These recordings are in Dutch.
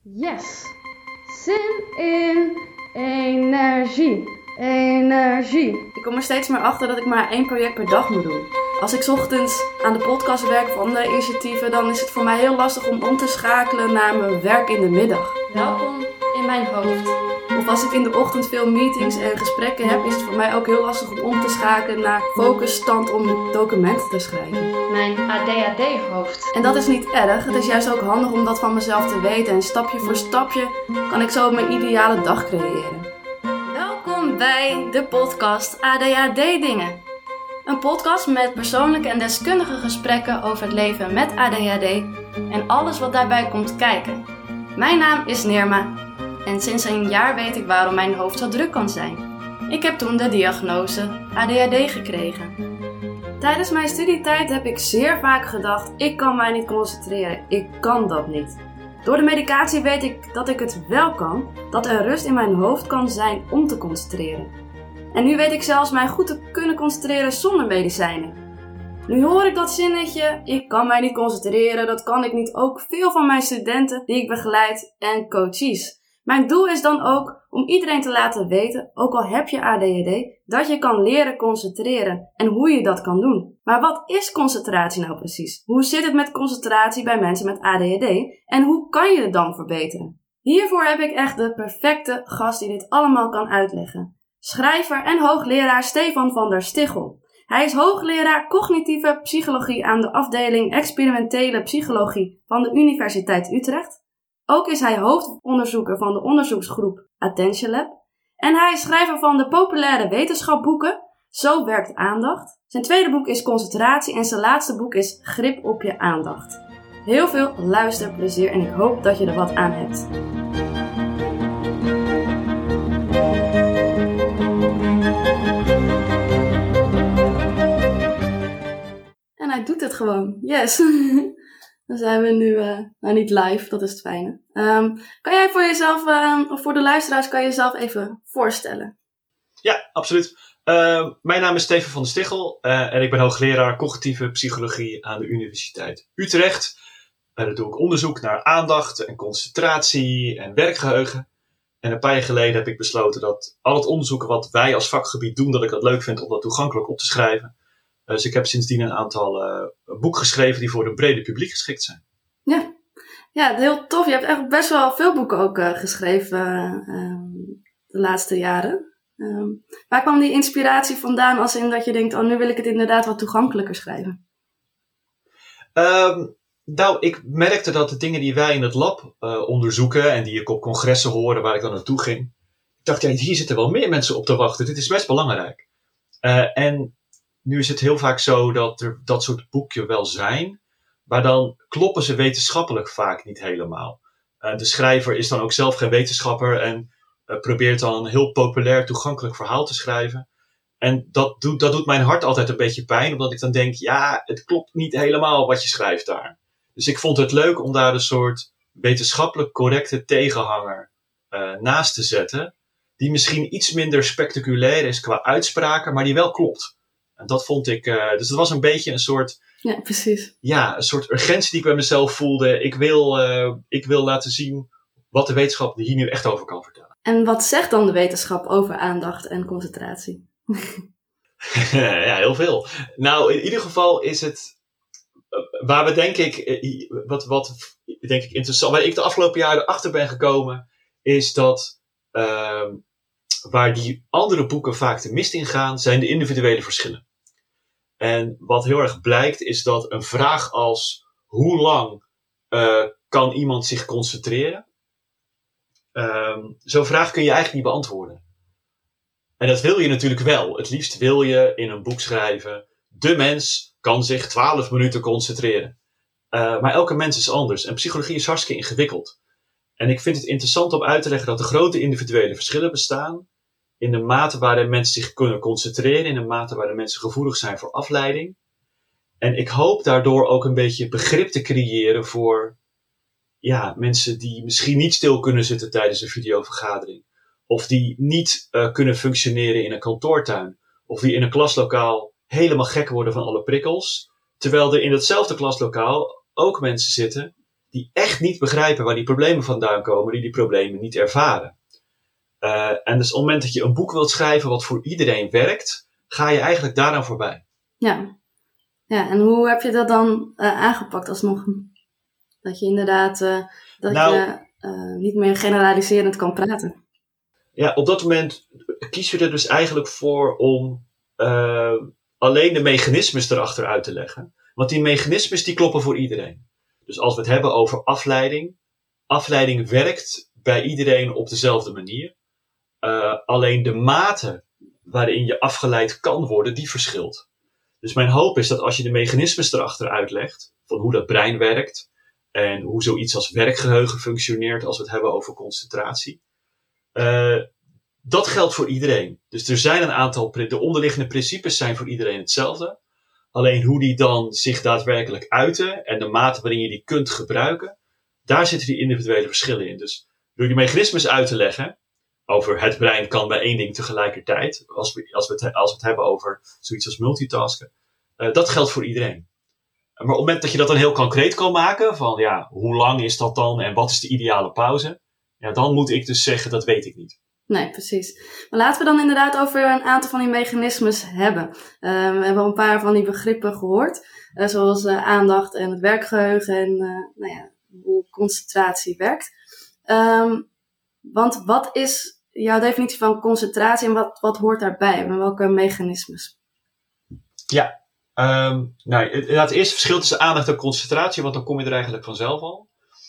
Yes! Zin in energie. Energie. Ik kom er steeds meer achter dat ik maar 1 project per dag moet doen. Als ik 's ochtends aan de podcast werk of andere initiatieven, dan is het voor mij heel lastig om te schakelen naar mijn werk in de middag. Welkom in mijn hoofd. Of als ik in de ochtend veel meetings en gesprekken heb, is het voor mij ook heel lastig om te schakelen naar focusstand om documenten te schrijven. Mijn ADHD-hoofd. En dat is niet erg, het is juist ook handig om dat van mezelf te weten. En stapje voor stapje kan ik zo mijn ideale dag creëren. Welkom bij de podcast ADHD-dingen. Een podcast met persoonlijke en deskundige gesprekken over het leven met ADHD en alles wat daarbij komt kijken. Mijn naam is Nirma en sinds een jaar weet ik waarom mijn hoofd zo druk kan zijn. Ik heb toen de diagnose ADHD gekregen. Tijdens mijn studietijd heb ik zeer vaak gedacht, ik kan mij niet concentreren, ik kan dat niet. Door de medicatie weet ik dat ik het wel kan, dat er rust in mijn hoofd kan zijn om te concentreren. En nu weet ik zelfs mij goed te kunnen concentreren zonder medicijnen. Nu hoor ik dat zinnetje, ik kan mij niet concentreren, dat kan ik niet, ook veel van mijn studenten die ik begeleid en coaches. Mijn doel is dan ook om iedereen te laten weten, ook al heb je ADHD, dat je kan leren concentreren en hoe je dat kan doen. Maar wat is concentratie nou precies? Hoe zit het met concentratie bij mensen met ADHD en hoe kan je het dan verbeteren? Hiervoor heb ik echt de perfecte gast die dit allemaal kan uitleggen. Schrijver en hoogleraar Stefan van der Stichel. Hij is hoogleraar cognitieve psychologie aan de afdeling experimentele psychologie van de Universiteit Utrecht. Ook is hij hoofdonderzoeker van de onderzoeksgroep Attention Lab. En hij is schrijver van de populaire wetenschapboeken Zo werkt aandacht. Zijn tweede boek is Concentratie en zijn laatste boek is Grip op je aandacht. Heel veel luisterplezier en ik hoop dat je er wat aan hebt. En hij doet het gewoon. Yes! Dan zijn we nu niet live, dat is het fijne. Kan jij voor jezelf, of voor de luisteraars, kan je jezelf even voorstellen? Ja, absoluut. Mijn naam is Stefan van der Stichel en ik ben hoogleraar cognitieve psychologie aan de Universiteit Utrecht. Daar doe ik onderzoek naar aandacht en concentratie en werkgeheugen. En een paar jaar geleden heb ik besloten dat al het onderzoek wat wij als vakgebied doen, dat ik dat leuk vind om dat toegankelijk op te schrijven. Dus ik heb sindsdien een aantal boeken geschreven die voor een brede publiek geschikt zijn. Ja, heel tof. Je hebt echt best wel veel boeken ook geschreven de laatste jaren. Waar kwam die inspiratie vandaan als in dat je denkt, oh, nu wil ik het inderdaad wat toegankelijker schrijven? Nou, ik merkte dat de dingen die wij in het lab onderzoeken en die ik op congressen hoorde waar ik dan naartoe ging. Ik dacht, ja, hier zitten wel meer mensen op te wachten. Dit is best belangrijk. En nu is het heel vaak zo dat er dat soort boeken wel zijn, maar dan kloppen ze wetenschappelijk vaak niet helemaal. De schrijver is dan ook zelf geen wetenschapper en probeert dan een heel populair toegankelijk verhaal te schrijven. En dat doet mijn hart altijd een beetje pijn, omdat ik dan denk, ja, het klopt niet helemaal wat je schrijft daar. Dus ik vond het leuk om daar een soort wetenschappelijk correcte tegenhanger naast te zetten, die misschien iets minder spectaculair is qua uitspraken, maar die wel klopt. En dat vond ik, dus het was een beetje een soort, ja, precies. Ja, een soort urgentie die ik bij mezelf voelde. Ik wil laten zien wat de wetenschap hier nu echt over kan vertellen. En wat zegt dan de wetenschap over aandacht en concentratie? Ja, heel veel. Nou, in ieder geval is het, waar we denk ik, wat denk ik interessant, waar ik de afgelopen jaren achter ben gekomen, is dat waar die andere boeken vaak de mist in gaan, zijn de individuele verschillen. En wat heel erg blijkt is dat een vraag als hoe lang kan iemand zich concentreren? Zo'n vraag kun je eigenlijk niet beantwoorden. En dat wil je natuurlijk wel. Het liefst wil je in een boek schrijven, de mens kan zich 12 minuten concentreren. Maar elke mens is anders en psychologie is hartstikke ingewikkeld. En ik vind het interessant om uit te leggen dat er grote individuele verschillen bestaan in de mate waarin mensen zich kunnen concentreren, in de mate waarin mensen gevoelig zijn voor afleiding. En ik hoop daardoor ook een beetje begrip te creëren voor mensen die misschien niet stil kunnen zitten tijdens een videovergadering. Of die niet kunnen functioneren in een kantoortuin. Of die in een klaslokaal helemaal gek worden van alle prikkels. Terwijl er in datzelfde klaslokaal ook mensen zitten die echt niet begrijpen waar die problemen vandaan komen, die problemen niet ervaren. En dus op het moment dat je een boek wilt schrijven wat voor iedereen werkt, ga je eigenlijk daaraan voorbij. Ja, en hoe heb je dat dan aangepakt alsnog? Dat je inderdaad niet meer generaliserend kan praten. Ja, op dat moment kies je er dus eigenlijk voor om alleen de mechanismes erachter uit te leggen. Want die mechanismes die kloppen voor iedereen. Dus als we het hebben over afleiding. Afleiding werkt bij iedereen op dezelfde manier. Alleen de mate waarin je afgeleid kan worden, die verschilt. Dus mijn hoop is dat als je de mechanismes erachter uitlegt, van hoe dat brein werkt en hoe zoiets als werkgeheugen functioneert als we het hebben over concentratie, dat geldt voor iedereen. Dus er zijn een aantal, de onderliggende principes zijn voor iedereen hetzelfde. Alleen hoe die dan zich daadwerkelijk uiten en de mate waarin je die kunt gebruiken, daar zitten die individuele verschillen in. Dus door die mechanismes uit te leggen, over het brein kan bij één ding tegelijkertijd, als we het hebben over zoiets als multitasken, dat geldt voor iedereen. Maar op het moment dat je dat dan heel concreet kan maken, van ja, hoe lang is dat dan en wat is de ideale pauze, ja, dan moet ik dus zeggen, dat weet ik niet. Nee, precies. Maar laten we dan inderdaad over een aantal van die mechanismes hebben. We hebben al een paar van die begrippen gehoord, zoals aandacht en het werkgeheugen en hoe concentratie werkt. Want wat is jouw definitie van concentratie en wat hoort daarbij? En welke mechanismes? Ja, het eerste verschil tussen aandacht en concentratie, want dan kom je er eigenlijk vanzelf al.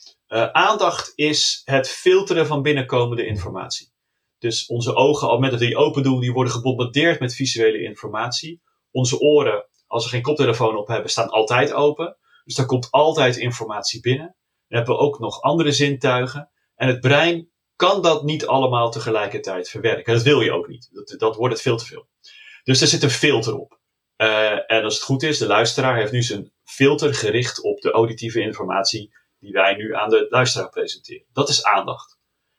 Aandacht is het filteren van binnenkomende informatie. Dus onze ogen, op het moment dat we die open doen, die worden gebombardeerd met visuele informatie. Onze oren, als we geen koptelefoon op hebben, staan altijd open. Dus daar komt altijd informatie binnen. Dan hebben we ook nog andere zintuigen. En het brein kan dat niet allemaal tegelijkertijd verwerken. Dat wil je ook niet. Dat wordt het veel te veel. Dus er zit een filter op. En als het goed is, de luisteraar heeft nu zijn filter gericht op de auditieve informatie die wij nu aan de luisteraar presenteren. Dat is aandacht.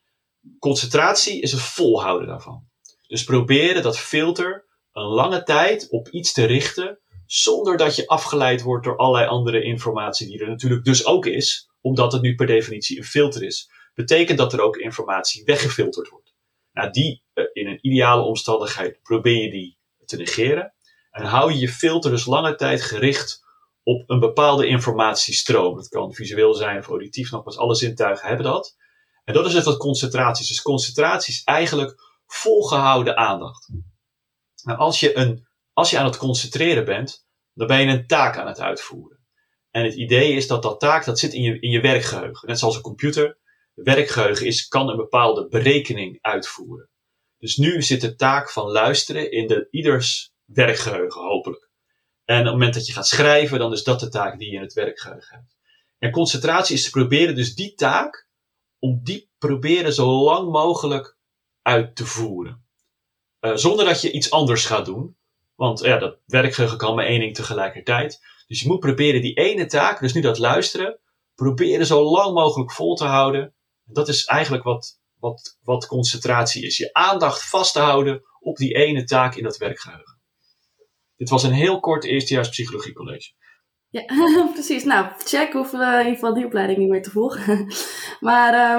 Concentratie is het volhouden daarvan. Dus proberen dat filter een lange tijd op iets te richten, zonder dat je afgeleid wordt door allerlei andere informatie die er natuurlijk dus ook is, omdat het nu per definitie een filter is. Betekent dat er ook informatie weggefilterd wordt. Nou, die in een ideale omstandigheid probeer je die te negeren. En hou je je filter dus lange tijd gericht op een bepaalde informatiestroom. Dat kan visueel zijn of auditief, nogmaals, alle zintuigen hebben dat. En dat is het wat concentratie is. Dus concentratie is eigenlijk volgehouden aandacht. Nou, als je aan het concentreren bent, dan ben je een taak aan het uitvoeren. En het idee is dat taak, dat zit in je werkgeheugen. Net zoals een computer. Werkgeheugen kan een bepaalde berekening uitvoeren. Dus nu zit de taak van luisteren in ieders werkgeheugen, hopelijk. En op het moment dat je gaat schrijven, dan is dat de taak die je in het werkgeheugen hebt. En concentratie is te proberen dus die taak, om die proberen zo lang mogelijk uit te voeren. Zonder dat je iets anders gaat doen. Want dat werkgeheugen kan maar één ding tegelijkertijd. Dus je moet proberen die ene taak, dus nu dat luisteren, proberen zo lang mogelijk vol te houden. Dat is eigenlijk wat concentratie is. Je aandacht vast te houden op die ene taak in dat werkgeheugen. Dit was een heel kort eerstejaars psychologiecollege. Ja, precies. Nou, check, hoeven we in ieder geval die opleiding niet meer te volgen. Maar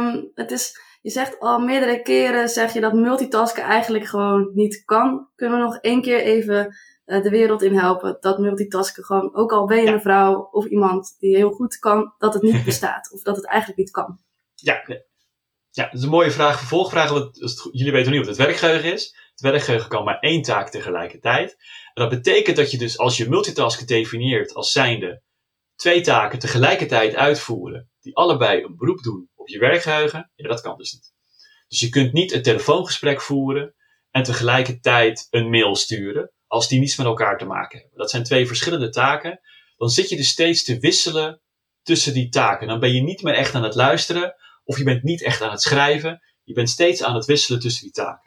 je zegt al meerdere keren, zeg je dat multitasken eigenlijk gewoon niet kan. Kunnen we nog één keer even de wereld in helpen dat multitasken gewoon, ook al ben je een vrouw of iemand die heel goed kan, dat het niet bestaat. Of dat het eigenlijk niet kan. Ja, dat is een mooie vraag. Vervolgvraag, want jullie weten niet wat het werkgeheugen is. Het werkgeheugen kan maar één taak tegelijkertijd. En dat betekent dat je dus, als je multitasken definieert als zijnde 2 taken tegelijkertijd uitvoeren, die allebei een beroep doen op je werkgeheugen, dat kan dus niet. Dus je kunt niet een telefoongesprek voeren en tegelijkertijd een mail sturen, als die niets met elkaar te maken hebben. Dat zijn 2 verschillende taken. Dan zit je dus steeds te wisselen tussen die taken. Dan ben je niet meer echt aan het luisteren, of je bent niet echt aan het schrijven. Je bent steeds aan het wisselen tussen die taken.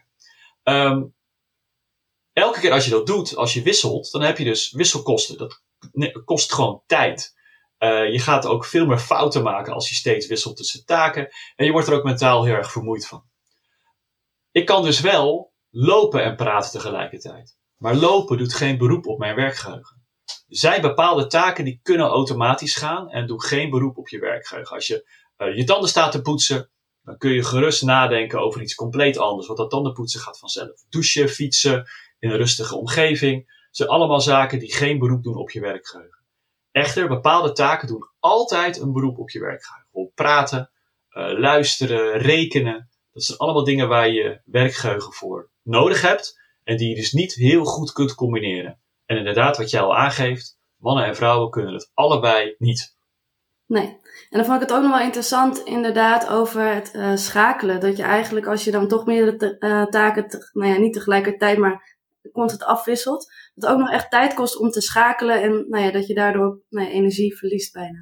Elke keer als je dat doet, als je wisselt, dan heb je dus wisselkosten. Dat kost gewoon tijd. Je gaat ook veel meer fouten maken als je steeds wisselt tussen taken. En je wordt er ook mentaal heel erg vermoeid van. Ik kan dus wel lopen en praten tegelijkertijd. Maar lopen doet geen beroep op mijn werkgeheugen. Er zijn bepaalde taken die kunnen automatisch gaan en doen geen beroep op je werkgeheugen. Als je je tanden staat te poetsen, dan kun je gerust nadenken over iets compleet anders. Want dat tandenpoetsen gaat vanzelf. Douchen, fietsen, in een rustige omgeving. Dat zijn allemaal zaken die geen beroep doen op je werkgeheugen. Echter, bepaalde taken doen altijd een beroep op je werkgeheugen. Bijvoorbeeld praten, luisteren, rekenen. Dat zijn allemaal dingen waar je werkgeheugen voor nodig hebt. En die je dus niet heel goed kunt combineren. En inderdaad, wat jij al aangeeft, mannen en vrouwen kunnen het allebei niet. Nee. En dan vond ik het ook nog wel interessant inderdaad over het schakelen. Dat je eigenlijk als je dan toch meerdere taken, niet tegelijkertijd, maar constant afwisselt. Dat het ook nog echt tijd kost om te schakelen. En dat je daardoor energie verliest bijna.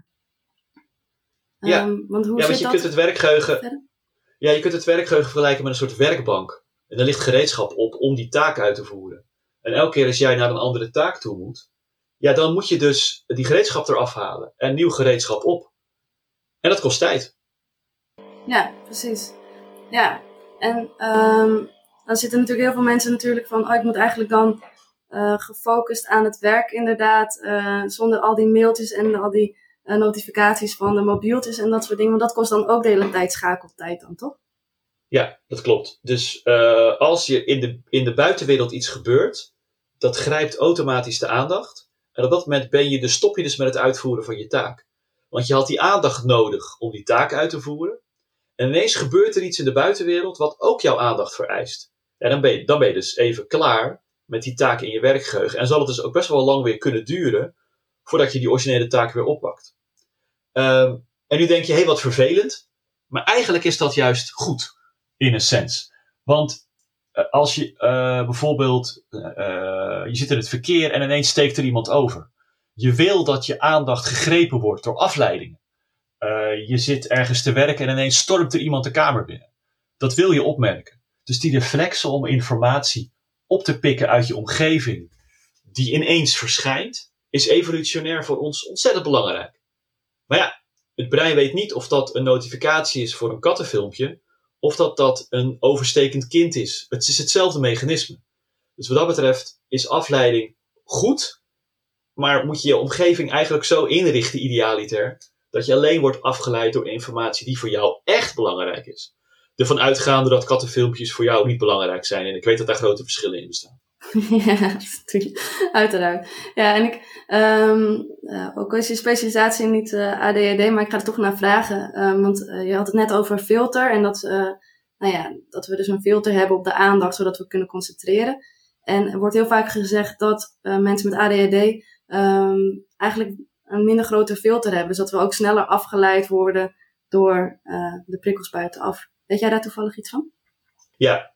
Want hoe zit je dat? kunt het werkgeheugen... Ja, je kunt het werkgeheugen vergelijken met een soort werkbank. En daar ligt gereedschap op om die taak uit te voeren. En elke keer als jij naar een andere taak toe moet, ja, dan moet je dus die gereedschap eraf halen en nieuw gereedschap op. En dat kost tijd. Ja, precies. Ja, en dan zitten natuurlijk heel veel mensen natuurlijk van, ik moet eigenlijk dan gefocust aan het werk inderdaad, zonder al die mailtjes en al die notificaties van de mobieltjes en dat soort dingen. Want dat kost dan ook de hele tijd schakeltijd dan, toch? Ja, dat klopt. Dus als je in de buitenwereld iets gebeurt, dat grijpt automatisch de aandacht. En op dat moment stop je dus met het uitvoeren van je taak. Want je had die aandacht nodig om die taak uit te voeren. En ineens gebeurt er iets in de buitenwereld wat ook jouw aandacht vereist. En dan ben je dus even klaar met die taak in je werkgeheugen. En zal het dus ook best wel lang weer kunnen duren voordat je die originele taak weer oppakt. En nu denk je, wat vervelend. Maar eigenlijk is dat juist goed, in een sens. Want als je bijvoorbeeld, je zit in het verkeer en ineens steekt er iemand over. Je wil dat je aandacht gegrepen wordt door afleidingen. Je zit ergens te werken en ineens stormt er iemand de kamer binnen. Dat wil je opmerken. Dus die reflexen om informatie op te pikken uit je omgeving, die ineens verschijnt, is evolutionair voor ons ontzettend belangrijk. Maar ja, het brein weet niet of dat een notificatie is voor een kattenfilmpje, of dat een overstekend kind is. Het is hetzelfde mechanisme. Dus wat dat betreft is afleiding goed, maar moet je je omgeving eigenlijk zo inrichten, idealiter, dat je alleen wordt afgeleid door informatie die voor jou echt belangrijk is. Ervan uitgaande dat kattenfilmpjes voor jou niet belangrijk zijn. En ik weet dat daar grote verschillen in bestaan. Ja, uiteraard. Ja, en ik, ook is je specialisatie niet ADHD, maar ik ga er toch naar vragen. Want je had het net over filter en dat we dus een filter hebben op de aandacht, zodat we kunnen concentreren. En er wordt heel vaak gezegd dat mensen met ADHD eigenlijk een minder grote filter hebben. Dus dat we ook sneller afgeleid worden door de prikkels buitenaf. Weet jij daar toevallig iets van? Ja,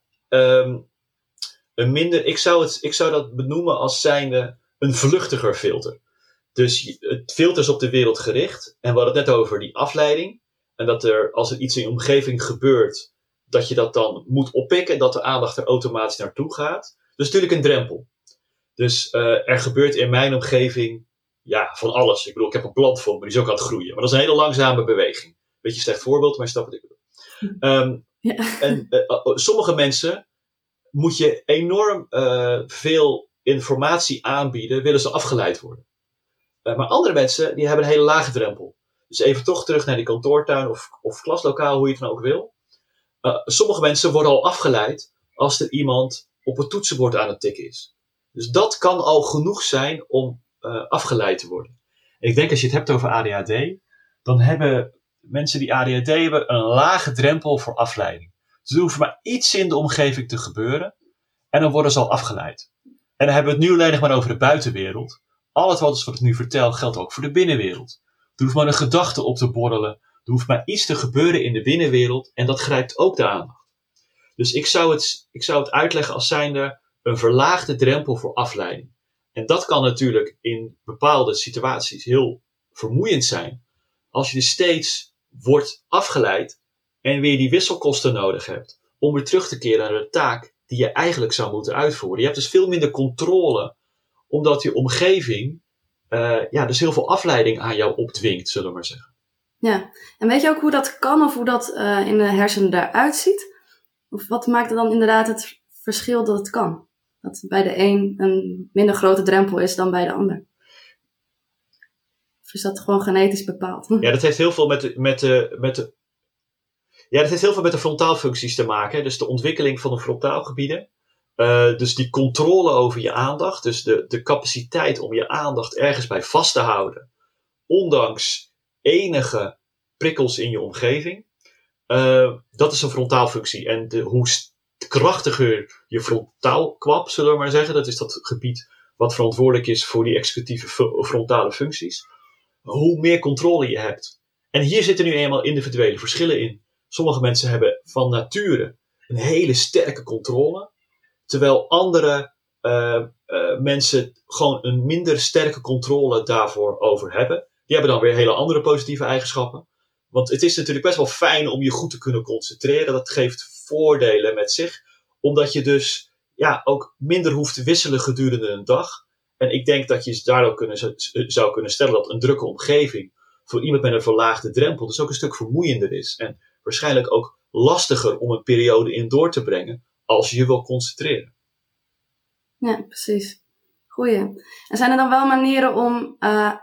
ik zou dat benoemen als zijnde een vluchtiger filter. Dus het filter is op de wereld gericht. En we hadden het net over die afleiding. En dat als er iets in je omgeving gebeurt, dat je dat dan moet oppikken. Dat de aandacht er automatisch naartoe gaat. Dus natuurlijk een drempel. Dus er gebeurt in mijn omgeving van alles. Ik bedoel, ik heb een plant voor me, die is ook aan het groeien. Maar dat is een hele langzame beweging. Beetje een slecht voorbeeld, maar je snapt wat ik bedoel. En sommige mensen moet je enorm veel informatie aanbieden, willen ze afgeleid worden. Maar andere mensen, die hebben een hele lage drempel. Dus even toch terug naar die kantoortuin of klaslokaal, hoe je het dan ook wil. Sommige mensen worden al afgeleid als er iemand op het toetsenbord aan het tikken is. Dus dat kan al genoeg zijn om afgeleid te worden. En ik denk als je het hebt over ADHD, dan hebben mensen die ADHD hebben een lage drempel voor afleiding. Dus er hoeft maar iets in de omgeving te gebeuren en dan worden ze al afgeleid. En dan hebben we het nu alleen nog maar over de buitenwereld. Al het wat ik nu vertel geldt ook voor de binnenwereld. Er hoeft maar een gedachte op te borrelen. Er hoeft maar iets te gebeuren in de binnenwereld en dat grijpt ook de aandacht. Dus ik zou het uitleggen als zijnde een verlaagde drempel voor afleiding. En dat kan natuurlijk in bepaalde situaties heel vermoeiend zijn. Als je dus steeds wordt afgeleid en weer die wisselkosten nodig hebt om weer terug te keren naar de taak die je eigenlijk zou moeten uitvoeren. Je hebt dus veel minder controle, omdat je omgeving dus heel veel afleiding aan jou opdwingt, zullen we maar zeggen. Ja, en weet je ook hoe dat kan of hoe dat in de hersenen daaruit ziet? Of wat maakt er dan inderdaad het verschil dat het kan? Dat bij de een minder grote drempel is dan bij de ander? Of is dat gewoon genetisch bepaald? Ja, dat heeft heel veel dat heeft heel veel met de frontaalfuncties te maken. Dus de ontwikkeling van de frontaalgebieden. Dus die controle over je aandacht. Dus de capaciteit om je aandacht ergens bij vast te houden. Ondanks enige prikkels in je omgeving. Dat is een frontaalfunctie. En hoe krachtiger je frontaalkwab, zullen we maar zeggen. Dat is dat gebied wat verantwoordelijk is voor die executieve frontale functies. Hoe meer controle je hebt. En hier zitten nu eenmaal individuele verschillen in. Sommige mensen hebben van nature een hele sterke controle. Terwijl andere mensen gewoon een minder sterke controle daarvoor over hebben. Die hebben dan weer hele andere positieve eigenschappen. Want het is natuurlijk best wel fijn om je goed te kunnen concentreren. Dat geeft voordelen met zich. Omdat je dus ook minder hoeft te wisselen gedurende een dag. En ik denk dat je daardoor zou kunnen stellen dat een drukke omgeving voor iemand met een verlaagde drempel dus ook een stuk vermoeiender is. En waarschijnlijk ook lastiger om een periode in door te brengen als je je wil concentreren. Ja, precies. Goeie. En zijn er dan wel manieren om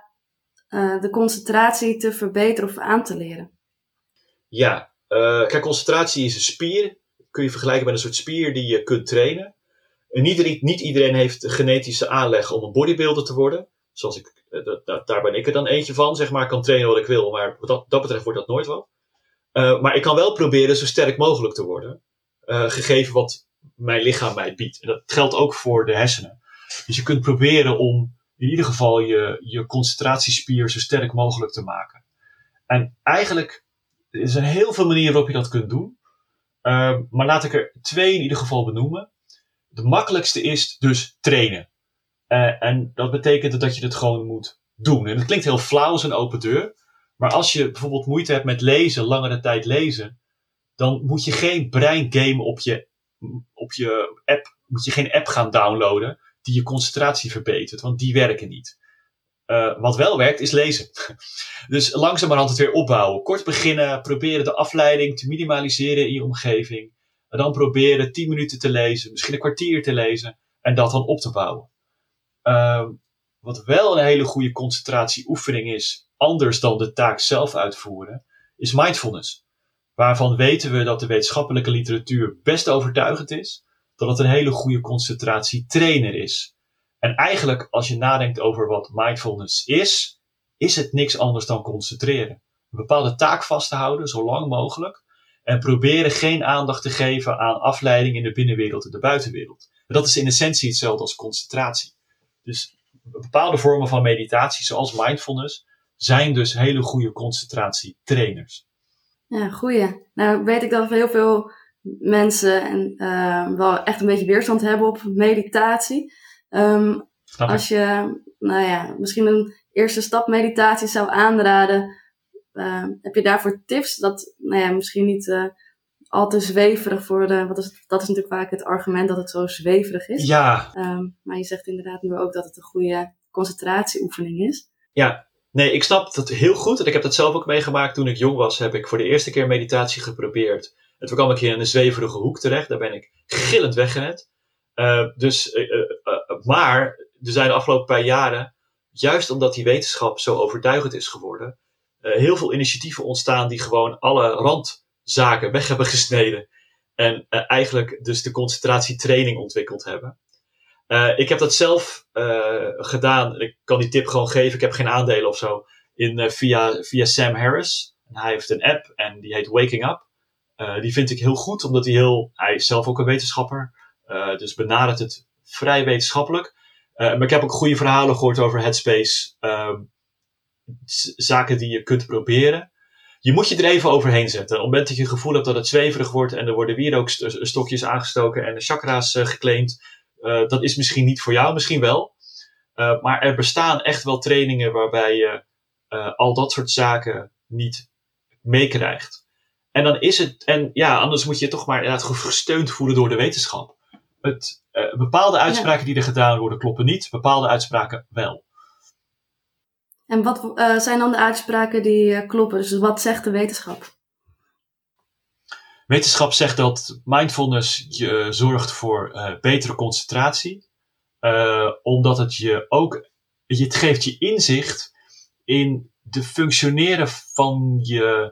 de concentratie te verbeteren of aan te leren? Ja, kijk, concentratie is een spier. Kun je vergelijken met een soort spier die je kunt trainen. En niet iedereen heeft de genetische aanleg om een bodybuilder te worden. Zoals daar ben ik er dan eentje van, zeg maar. Ik kan trainen wat ik wil, maar wat dat betreft wordt dat nooit wat. Maar ik kan wel proberen zo sterk mogelijk te worden. Gegeven wat mijn lichaam mij biedt. En dat geldt ook voor de hersenen. Dus je kunt proberen om in ieder geval je concentratiespier zo sterk mogelijk te maken. En eigenlijk er zijn heel veel manieren waarop je dat kunt doen. Maar laat ik er 2 in ieder geval benoemen. De makkelijkste is dus trainen. En dat betekent dat je het gewoon moet doen. En dat klinkt heel flauw als een open deur. Maar als je bijvoorbeeld moeite hebt met lezen, langere tijd lezen, dan moet je geen breingame op je app, moet je geen app gaan downloaden die je concentratie verbetert, want die werken niet. Wat wel werkt is lezen. Dus langzamerhand het weer opbouwen. Kort beginnen, proberen de afleiding te minimaliseren in je omgeving. En dan proberen 10 minuten te lezen, misschien een kwartier te lezen en dat dan op te bouwen. Wat wel een hele goede concentratieoefening is, anders dan de taak zelf uitvoeren, is mindfulness. Waarvan weten we dat de wetenschappelijke literatuur best overtuigend is, dat het een hele goede concentratietrainer is. En eigenlijk, als je nadenkt over wat mindfulness is het niks anders dan concentreren. Een bepaalde taak vast te houden, zo lang mogelijk, en proberen geen aandacht te geven aan afleiding in de binnenwereld en de buitenwereld. En dat is in essentie hetzelfde als concentratie. Dus bepaalde vormen van meditatie, zoals mindfulness, zijn dus hele goede concentratietrainers. Ja, goeie. Nou weet ik dat heel veel mensen wel echt een beetje weerstand hebben op meditatie. Als je misschien een eerste stap meditatie zou aanraden, heb je daarvoor tips? Dat misschien niet al te zweverig voor dat is natuurlijk vaak het argument dat het zo zweverig is. Ja. Maar je zegt inderdaad nu ook dat het een goede concentratieoefening is. Ja. Nee, ik snap dat heel goed. En ik heb dat zelf ook meegemaakt toen ik jong was. Heb ik voor de eerste keer meditatie geprobeerd. En toen kwam ik hier in een zweverige hoek terecht. Daar ben ik gillend weggerend. Maar er zijn de afgelopen paar jaren, juist omdat die wetenschap zo overtuigend is geworden, heel veel initiatieven ontstaan die gewoon alle randzaken weg hebben gesneden. En eigenlijk dus de concentratietraining ontwikkeld hebben. Ik heb dat zelf gedaan. Ik kan die tip gewoon geven. Ik heb geen aandelen of zo. Via Sam Harris. En hij heeft een app en die heet Waking Up. Die vind ik heel goed, omdat hij is zelf ook een wetenschapper. Dus benadert het vrij wetenschappelijk. Maar ik heb ook goede verhalen gehoord over Headspace. Zaken die je kunt proberen. Je moet je er even overheen zetten. Op het moment dat je het gevoel hebt dat het zweverig wordt en er worden wierookstokjes aangestoken en de chakra's geclaimd. Dat is misschien niet voor jou, misschien wel. Maar er bestaan echt wel trainingen waarbij je al dat soort zaken niet meekrijgt. En dan is het, anders moet je toch maar inderdaad gesteund voelen door de wetenschap. Bepaalde uitspraken die er gedaan worden kloppen niet, bepaalde uitspraken wel. En wat zijn dan de uitspraken die kloppen? Dus wat zegt de wetenschap? Wetenschap zegt dat mindfulness je zorgt voor betere concentratie. Omdat het geeft je inzicht in de functioneren van je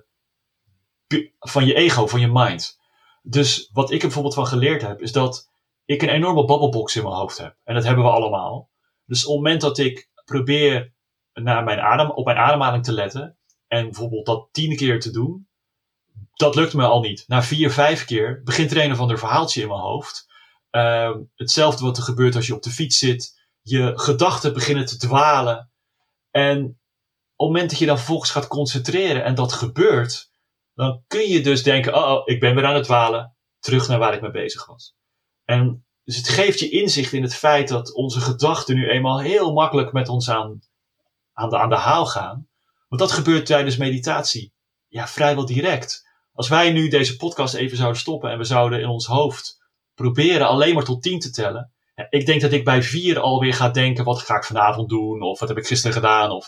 ego, van je mind. Dus wat ik er bijvoorbeeld van geleerd heb, is dat ik een enorme babbelbox in mijn hoofd heb. En dat hebben we allemaal. Dus op het moment dat ik probeer op mijn ademhaling te letten, en bijvoorbeeld dat 10 keer te doen, dat lukt me al niet. Na 4, 5 keer begint er een of ander verhaaltje in mijn hoofd. Hetzelfde wat er gebeurt als je op de fiets zit. Je gedachten beginnen te dwalen. En op het moment dat je dan vervolgens gaat concentreren en dat gebeurt, dan kun je dus denken, ik ben weer aan het dwalen. Terug naar waar ik mee bezig was. En dus het geeft je inzicht in het feit dat onze gedachten nu eenmaal heel makkelijk met ons aan de haal gaan. Want dat gebeurt tijdens meditatie. Ja, vrijwel direct. Als wij nu deze podcast even zouden stoppen en we zouden in ons hoofd proberen alleen maar tot 10 te tellen. Ja, ik denk dat ik bij 4 alweer ga denken, wat ga ik vanavond doen? Of wat heb ik gisteren gedaan? Of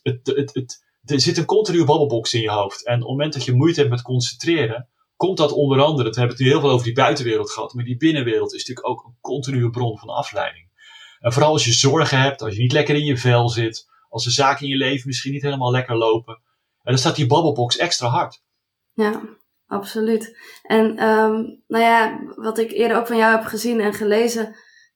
er zit een continue babbelbox in je hoofd. En op het moment dat je moeite hebt met concentreren, komt dat onder andere, we hebben het nu heel veel over die buitenwereld gehad, maar die binnenwereld is natuurlijk ook een continue bron van afleiding. En vooral als je zorgen hebt, als je niet lekker in je vel zit, als de zaken in je leven misschien niet helemaal lekker lopen, en dan staat die babbelbox extra hard. Ja, absoluut. En wat ik eerder ook van jou heb gezien en gelezen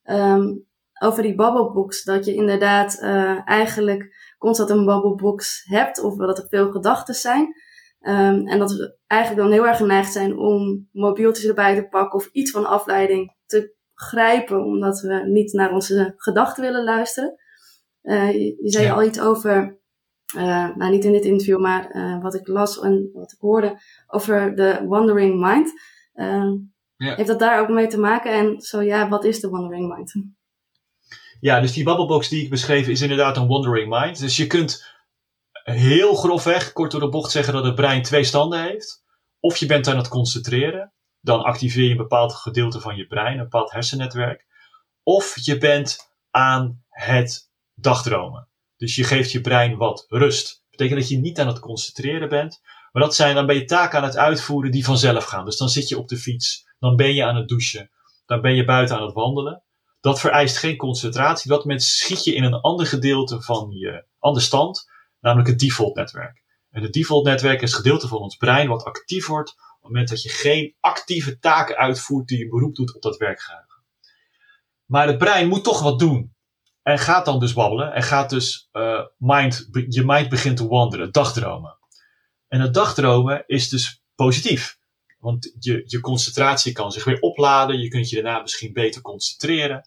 over die babbelbox, dat je inderdaad eigenlijk constant een babbelbox hebt, of dat er veel gedachten zijn. En dat we eigenlijk dan heel erg geneigd zijn om mobieltjes erbij te pakken of iets van afleiding te grijpen, omdat we niet naar onze gedachten willen luisteren. Je zei al iets over, niet in dit interview, maar wat ik las en wat ik hoorde over de wandering mind. Heeft dat daar ook mee te maken? En zo ja, wat is de wandering mind? Ja, dus die babbelbox die ik beschreef is inderdaad een wandering mind. Dus je kunt heel grofweg, kort door de bocht zeggen dat het brein 2 standen heeft. Of je bent aan het concentreren. Dan activeer je een bepaald gedeelte van je brein, een bepaald hersennetwerk. Of je bent aan het dagdromen. Dus je geeft je brein wat rust. Dat betekent dat je niet aan het concentreren bent. Maar dan ben je taken aan het uitvoeren die vanzelf gaan. Dus dan zit je op de fiets. Dan ben je aan het douchen. Dan ben je buiten aan het wandelen. Dat vereist geen concentratie. Op dat moment schiet je in een ander gedeelte van je andere stand. Namelijk het default netwerk. En het default netwerk is het gedeelte van ons brein wat actief wordt op het moment dat je geen actieve taken uitvoert die een beroep doet op dat werkgeheugen. Maar het brein moet toch wat doen. En gaat dan dus babbelen. En gaat dus je mind begint te wandelen. Dagdromen. En het dagdromen is dus positief. Want je concentratie kan zich weer opladen. Je kunt je daarna misschien beter concentreren.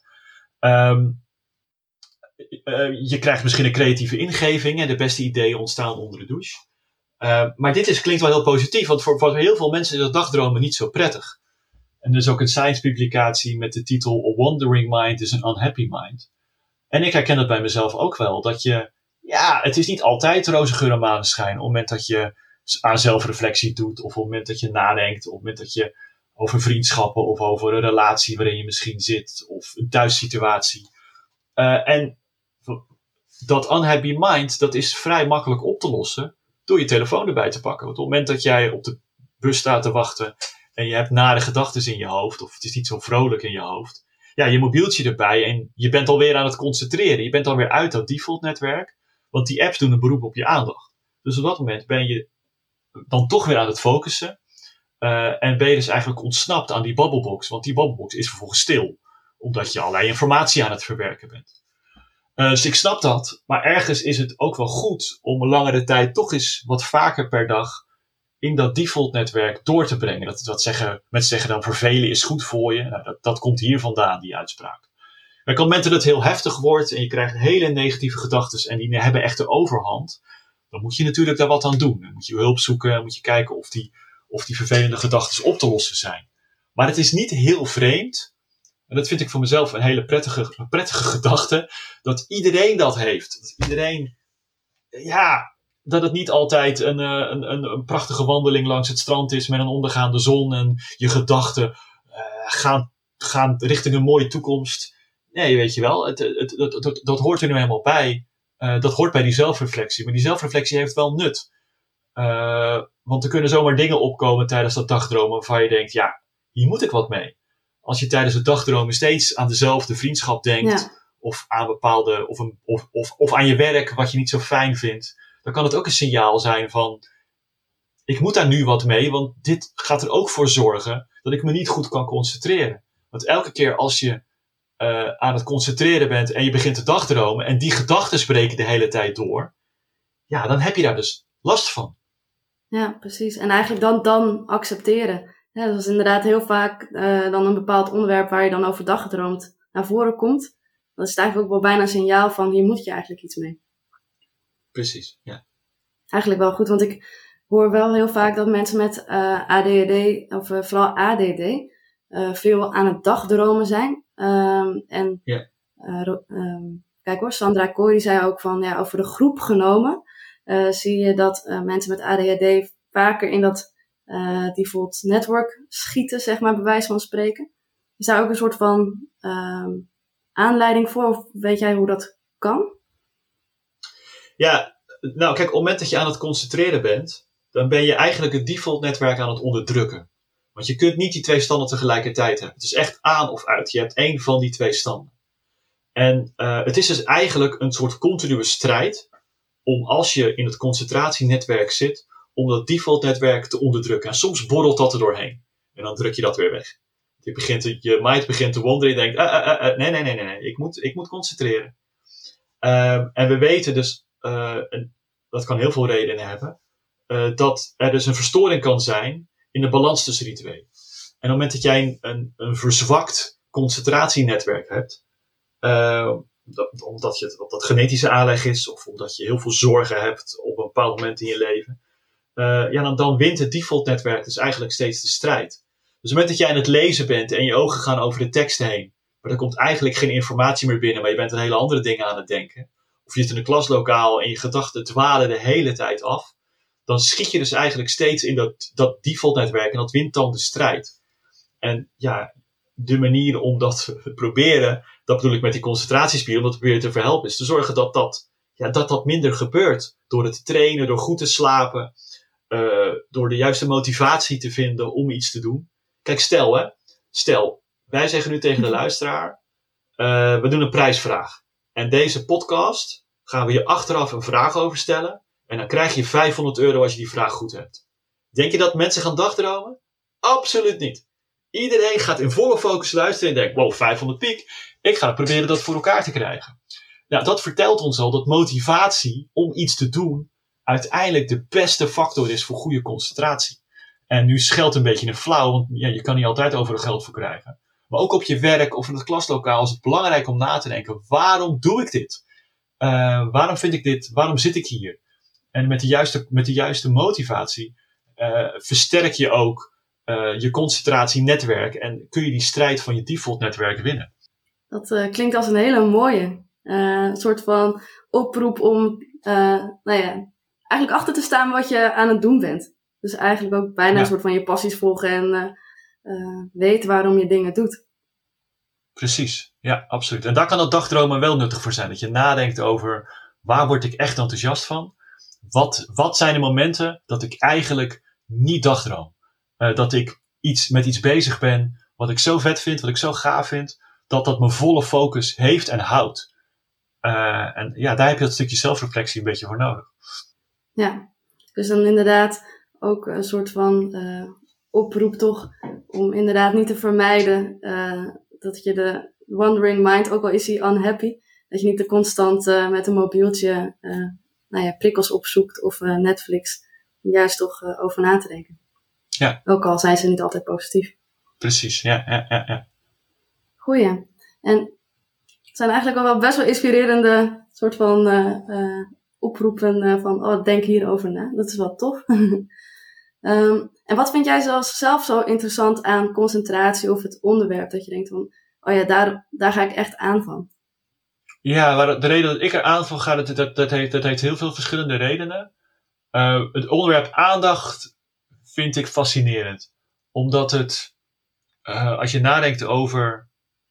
Je krijgt misschien een creatieve ingeving. En de beste ideeën ontstaan onder de douche. Maar dit klinkt wel heel positief. Want voor heel veel mensen is dat dagdromen niet zo prettig. En er is ook een science publicatie met de titel A Wandering Mind is an Unhappy Mind. En ik herken dat bij mezelf ook wel. Dat het is niet altijd roze geur en maneschijn. Op het moment dat je aan zelfreflectie doet. Of op het moment dat je nadenkt. Op het moment dat je over vriendschappen. Of over een relatie waarin je misschien zit. Of een thuissituatie. En dat unhappy mind, dat is vrij makkelijk op te lossen. Door je telefoon erbij te pakken. Want op het moment dat jij op de bus staat te wachten. En je hebt nare gedachten in je hoofd. Of het is niet zo vrolijk in je hoofd. Ja, je mobieltje erbij en je bent alweer aan het concentreren. Je bent alweer uit dat default netwerk. Want die apps doen een beroep op je aandacht. Dus op dat moment ben je dan toch weer aan het focussen. En ben je dus eigenlijk ontsnapt aan die babbelbox. Want die babbelbox is vervolgens stil. Omdat je allerlei informatie aan het verwerken bent. Dus ik snap dat. Maar ergens is het ook wel goed om een langere tijd toch eens wat vaker per dag in dat default netwerk door te brengen. Mensen zeggen dan vervelen is goed voor je. Nou, dat komt hier vandaan, die uitspraak. Maar op het moment dat het heel heftig wordt en je krijgt hele negatieve gedachten en die hebben echt de overhand, dan moet je natuurlijk daar wat aan doen. Dan moet je hulp zoeken en moet je kijken of die vervelende gedachten op te lossen zijn. Maar het is niet heel vreemd, en dat vind ik voor mezelf een hele prettige gedachte, dat iedereen dat heeft. Dat iedereen, dat het niet altijd een prachtige wandeling langs het strand is met een ondergaande zon en je gedachten gaan richting een mooie toekomst. Nee, weet je wel, dat hoort er nu helemaal bij. Dat hoort bij die zelfreflectie. Maar die zelfreflectie heeft wel nut. Want er kunnen zomaar dingen opkomen tijdens dat dagdromen waarvan je denkt, ja, hier moet ik wat mee. Als je tijdens het dagdromen steeds aan dezelfde vriendschap denkt, of aan bepaalde, of aan je werk wat je niet zo fijn vindt, dan kan het ook een signaal zijn van, ik moet daar nu wat mee, want dit gaat er ook voor zorgen dat ik me niet goed kan concentreren. Want elke keer als je aan het concentreren bent en je begint te dagdromen en die gedachten spreken de hele tijd door, ja, dan heb je daar dus last van. Ja, precies. En eigenlijk dan accepteren. Ja, dat is inderdaad heel vaak dan een bepaald onderwerp waar je dan over daggedroomd naar voren komt. Dan is het eigenlijk ook wel bijna een signaal van, hier moet je eigenlijk iets mee. Precies, ja. Eigenlijk wel goed, want ik hoor wel heel vaak dat mensen met ADHD, of vooral ADD, veel aan het dagdromen zijn. Kijk hoor, Sandra Kooi zei ook van, ja, over de groep genomen, zie je dat mensen met ADHD vaker in dat default network schieten, zeg maar, bij wijze van spreken. Is daar ook een soort van aanleiding voor, of weet jij hoe dat kan? Ja, nou kijk, op het moment dat je aan het concentreren bent, dan ben je eigenlijk het default netwerk aan het onderdrukken. Want je kunt niet die twee standen tegelijkertijd hebben. Het is echt aan of uit. Je hebt één van die twee standen. En het is dus eigenlijk een soort continue strijd om, als je in het concentratienetwerk zit, om dat default netwerk te onderdrukken. En soms borrelt dat er doorheen. En dan druk je dat weer weg. Je mind begint te wonderen. Je denkt, nee, ik moet concentreren. En we weten dus, en dat kan heel veel redenen hebben, dat er dus een verstoring kan zijn in de balans tussen die twee. En op het moment dat jij een verzwakt concentratienetwerk hebt, omdat dat genetische aanleg is, of omdat je heel veel zorgen hebt op een bepaald moment in je leven, dan wint het default netwerk dus eigenlijk steeds de strijd. Dus op het moment dat jij aan het lezen bent en je ogen gaan over de tekst heen, maar er komt eigenlijk geen informatie meer binnen, maar je bent aan hele andere dingen aan het denken, of je zit in een klaslokaal en je gedachten dwalen de hele tijd af, dan schiet je dus eigenlijk steeds in dat default netwerk en dat wint dan de strijd. En ja, de manier om dat te proberen, dat bedoel ik met die concentratiespier, om dat proberen te verhelpen, is te zorgen dat minder gebeurt. Door het te trainen, door goed te slapen, door de juiste motivatie te vinden om iets te doen. Kijk, stel, wij zeggen nu tegen de luisteraar, we doen een prijsvraag. En deze podcast gaan we je achteraf een vraag over stellen. En dan krijg je €500 als je die vraag goed hebt. Denk je dat mensen gaan dagdromen? Absoluut niet. Iedereen gaat in volle focus luisteren en denkt, wow, 500 piek. Ik ga proberen dat voor elkaar te krijgen. Nou, dat vertelt ons al dat motivatie om iets te doen uiteindelijk de beste factor is voor goede concentratie. En nu scheldt een beetje een flauw, want ja, je kan niet altijd overal geld voor krijgen. Maar ook op je werk of in het klaslokaal is het belangrijk om na te denken, waarom doe ik dit? Waarom vind ik dit? Waarom zit ik hier? En met de juiste motivatie versterk je ook je concentratienetwerk en kun je die strijd van je default netwerk winnen. Dat klinkt als een hele mooie soort van oproep om eigenlijk achter te staan wat je aan het doen bent. Dus eigenlijk ook bijna een soort van je passies volgen en weten waarom je dingen doet. Precies, ja, absoluut. En daar kan dat dagdromen wel nuttig voor zijn. Dat je nadenkt over, waar word ik echt enthousiast van? Wat zijn de momenten dat ik eigenlijk niet dagdroom? Dat ik met iets bezig ben wat ik zo vet vind, wat ik zo gaaf vind, dat mijn volle focus heeft en houdt. En ja, daar heb je dat stukje zelfreflectie een beetje voor nodig. Ja, dus dan inderdaad ook een soort van oproep toch om inderdaad niet te vermijden dat je de wandering mind, ook al is hij unhappy, dat je niet te constant met een mobieltje prikkels opzoekt of Netflix, om juist toch over na te denken. Ja. Ook al zijn ze niet altijd positief. Precies, ja. Goeie. En het zijn eigenlijk wel best wel inspirerende soort van oproepen van, denk hierover na. Dat is wel tof. En wat vind jij zelf zo interessant aan concentratie of het onderwerp? Dat je denkt van, daar ga ik echt aan van. Ja, maar de reden dat ik er aan van ga, dat heeft heel veel verschillende redenen. Het onderwerp aandacht vind ik fascinerend. Omdat het, als je nadenkt over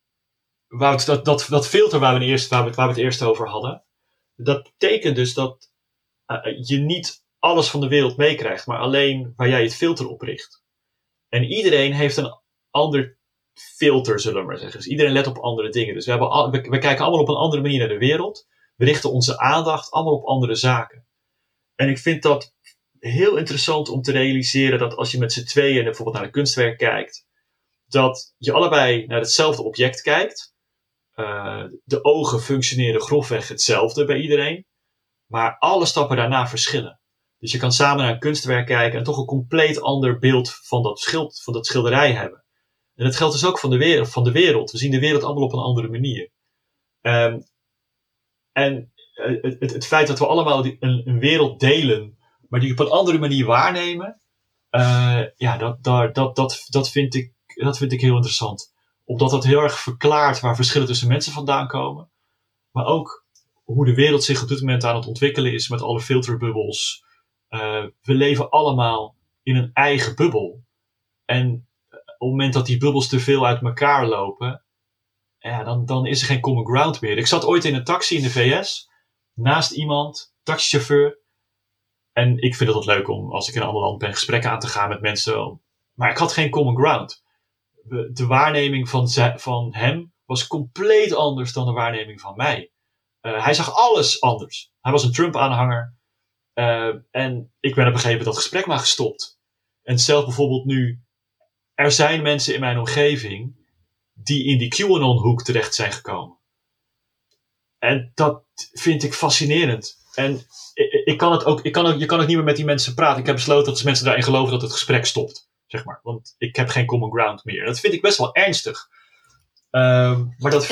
dat filter waar we het eerst over hadden. Dat betekent dus dat je niet alles van de wereld meekrijgt, maar alleen waar jij het filter op richt. En iedereen heeft een ander filter, zullen we maar zeggen. Dus iedereen let op andere dingen. Dus we kijken allemaal op een andere manier naar de wereld. We richten onze aandacht allemaal op andere zaken. En ik vind dat heel interessant om te realiseren dat als je met z'n tweeën bijvoorbeeld naar een kunstwerk kijkt, dat je allebei naar hetzelfde object kijkt. De ogen functioneren grofweg hetzelfde bij iedereen, maar alle stappen daarna verschillen. Dus je kan samen naar een kunstwerk kijken en toch een compleet ander beeld van dat schilderij hebben. En dat geldt dus ook van de wereld. We zien de wereld allemaal op een andere manier. Het feit dat we allemaal een wereld delen, maar die op een andere manier waarnemen, dat vind ik heel interessant. Omdat dat heel erg verklaart waar verschillen tussen mensen vandaan komen. Maar ook hoe de wereld zich op dit moment aan het ontwikkelen is met alle filterbubbels. We leven allemaal in een eigen bubbel. En op het moment dat die bubbels te veel uit elkaar lopen, dan is er geen common ground meer. Ik zat ooit in een taxi in de VS, naast iemand, taxichauffeur. En ik vind het leuk om, als ik in een ander land ben, gesprekken aan te gaan met mensen. Maar ik had geen common ground. De waarneming van hem was compleet anders dan de waarneming van mij. Hij zag alles anders. Hij was een Trump-aanhanger. En ik ben op een gegeven moment dat gesprek maar gestopt. En zelf bijvoorbeeld nu, er zijn mensen in mijn omgeving die in die QAnon-hoek terecht zijn gekomen. En dat vind ik fascinerend. En je kan ook niet meer met die mensen praten. Ik heb besloten dat als mensen daarin geloven dat het gesprek stopt. Zeg maar. Want ik heb geen common ground meer. Dat vind ik best wel ernstig. Maar dat...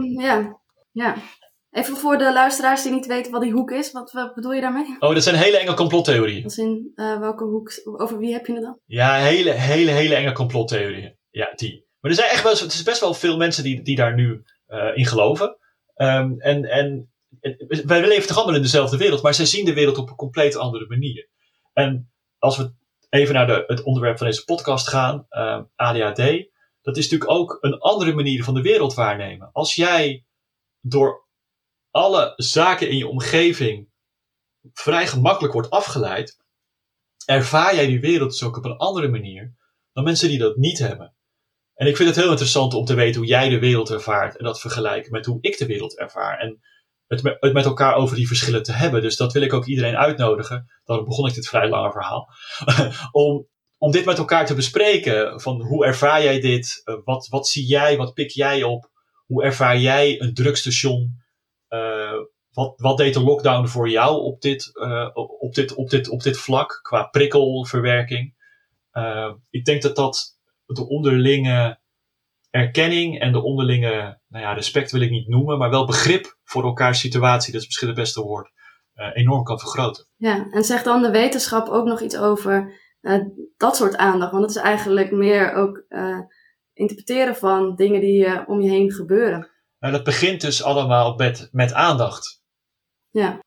Even voor de luisteraars die niet weten wat die hoek is. Wat bedoel je daarmee? Oh, dat zijn hele enge complottheorieën. Als in welke hoek? Over wie heb je het dan? Ja, hele enge complottheorieën. Ja, die. Maar er zijn echt het is best wel veel mensen die daar nu in geloven. Wij leven toch allemaal in dezelfde wereld, maar zij zien de wereld op een compleet andere manier. En als we even naar het onderwerp van deze podcast gaan, ADHD, dat is natuurlijk ook een andere manier van de wereld waarnemen. Als jij door alle zaken in je omgeving vrij gemakkelijk wordt afgeleid, ervaar jij die wereld dus ook op een andere manier dan mensen die dat niet hebben. En ik vind het heel interessant om te weten hoe jij de wereld ervaart en dat vergelijken met hoe ik de wereld ervaar. En het met elkaar over die verschillen te hebben. Dus dat wil ik ook iedereen uitnodigen. Daarom begon ik dit vrij lange verhaal. om dit met elkaar te bespreken. Van hoe ervaar jij dit? Wat zie jij? Wat pik jij op? Hoe ervaar jij een drugstation? Wat deed de lockdown voor jou op dit vlak? Qua prikkelverwerking. Ik denk dat de onderlinge erkenning en de onderlinge, respect wil ik niet noemen, maar wel begrip voor elkaars situatie, dat is misschien het beste woord, enorm kan vergroten. Ja, en zegt dan de wetenschap ook nog iets over dat soort aandacht? Want het is eigenlijk meer ook interpreteren van dingen die om je heen gebeuren. Nou, dat begint dus allemaal met aandacht. Ja.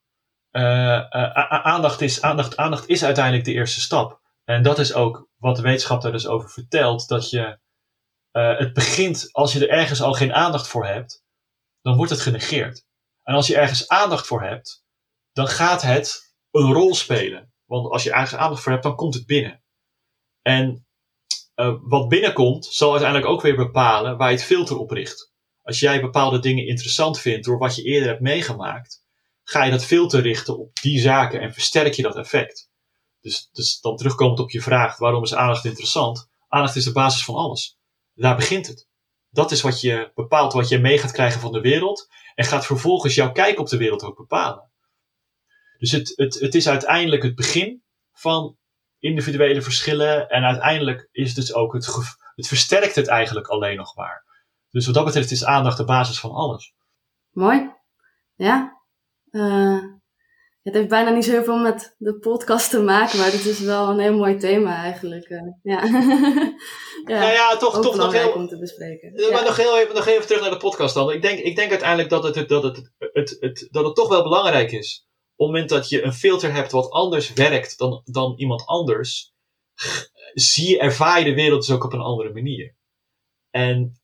Aandacht is uiteindelijk de eerste stap. En dat is ook wat de wetenschap daar dus over vertelt, dat je het begint, als je er ergens al geen aandacht voor hebt, dan wordt het genegeerd. En als je ergens aandacht voor hebt, dan gaat het een rol spelen. Want als je ergens aandacht voor hebt, dan komt het binnen. En wat binnenkomt, zal uiteindelijk ook weer bepalen waar je het filter op richt. Als jij bepaalde dingen interessant vindt door wat je eerder hebt meegemaakt, ga je dat filter richten op die zaken en versterk je dat effect. Dus dan terugkomend op je vraag, waarom is aandacht interessant? Aandacht is de basis van alles. Daar begint het. Dat is wat je bepaalt, wat je mee gaat krijgen van de wereld. En gaat vervolgens jouw kijk op de wereld ook bepalen. Dus het is uiteindelijk het begin van individuele verschillen. En uiteindelijk is het dus ook het versterkt het eigenlijk alleen nog maar. Dus wat dat betreft is aandacht de basis van alles. Mooi. Ja. Het heeft bijna niet zoveel met de podcast te maken, maar het is wel een heel mooi thema eigenlijk. Ja. Ja, toch nog heel om te bespreken. Maar nog even terug naar de podcast dan. Ik denk uiteindelijk dat het toch wel belangrijk is. Op het moment dat je een filter hebt wat anders werkt dan iemand anders, ervaar je de wereld dus ook op een andere manier. En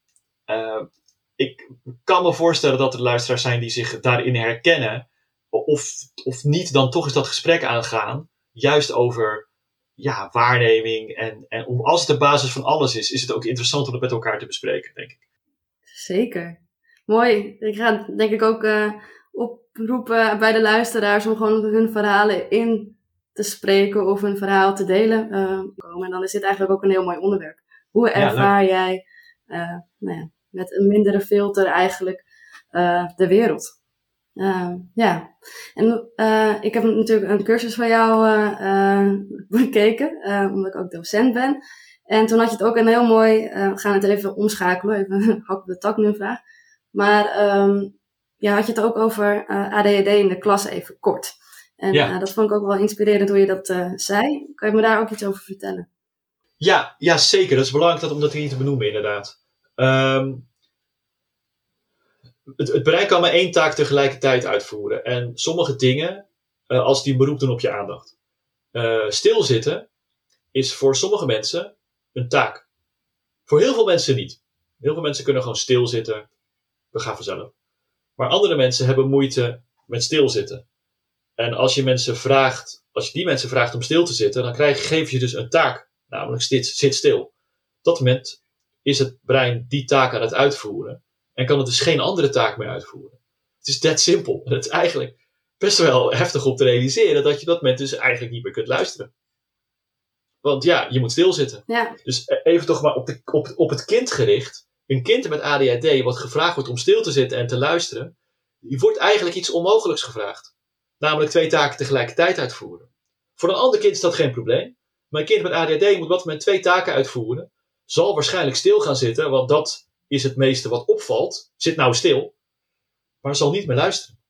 ik kan me voorstellen dat er luisteraars zijn die zich daarin herkennen. Of niet, dan toch eens dat gesprek aangaan. Juist over waarneming. En als het de basis van alles is het ook interessant om het met elkaar te bespreken, denk ik. Zeker. Mooi. Ik ga denk ik ook oproepen bij de luisteraars om gewoon hun verhalen in te spreken of een verhaal te delen komen. En dan is dit eigenlijk ook een heel mooi onderwerp. Hoe ervaar jij met een mindere filter eigenlijk de wereld? En ik heb natuurlijk een cursus van jou bekeken, omdat ik ook docent ben. En toen had je het ook een heel mooi, we gaan het even omschakelen, even hak op de tak nu een vraag. Maar had je het ook over ADHD in de klas even kort. En dat vond ik ook wel inspirerend hoe je dat zei. Kan je me daar ook iets over vertellen? Ja, zeker. Dat is belangrijk om dat hier te benoemen, inderdaad. Het brein kan maar één taak tegelijkertijd uitvoeren. En sommige dingen, als die een beroep doen op je aandacht. Stilzitten is voor sommige mensen een taak. Voor heel veel mensen niet. Heel veel mensen kunnen gewoon stilzitten. We gaan vanzelf. Maar andere mensen hebben moeite met stilzitten. En als je die mensen vraagt om stil te zitten, dan geef je dus een taak. Namelijk zit stil. Op dat moment is het brein die taak aan het uitvoeren. En kan het dus geen andere taak meer uitvoeren. Het is that simpel. En het is eigenlijk best wel heftig om te realiseren dat je dat moment dus eigenlijk niet meer kunt luisteren. Want je moet stilzitten. Ja. Dus even toch maar op het kind gericht. Een kind met ADHD wat gevraagd wordt om stil te zitten en te luisteren. Die wordt eigenlijk iets onmogelijks gevraagd. Namelijk 2 taken tegelijkertijd uitvoeren. Voor een ander kind is dat geen probleem. Maar een kind met ADHD moet op dat moment 2 taken uitvoeren. Zal waarschijnlijk stil gaan zitten, want dat is het meeste wat opvalt. Zit nou stil. Maar zal niet meer luisteren.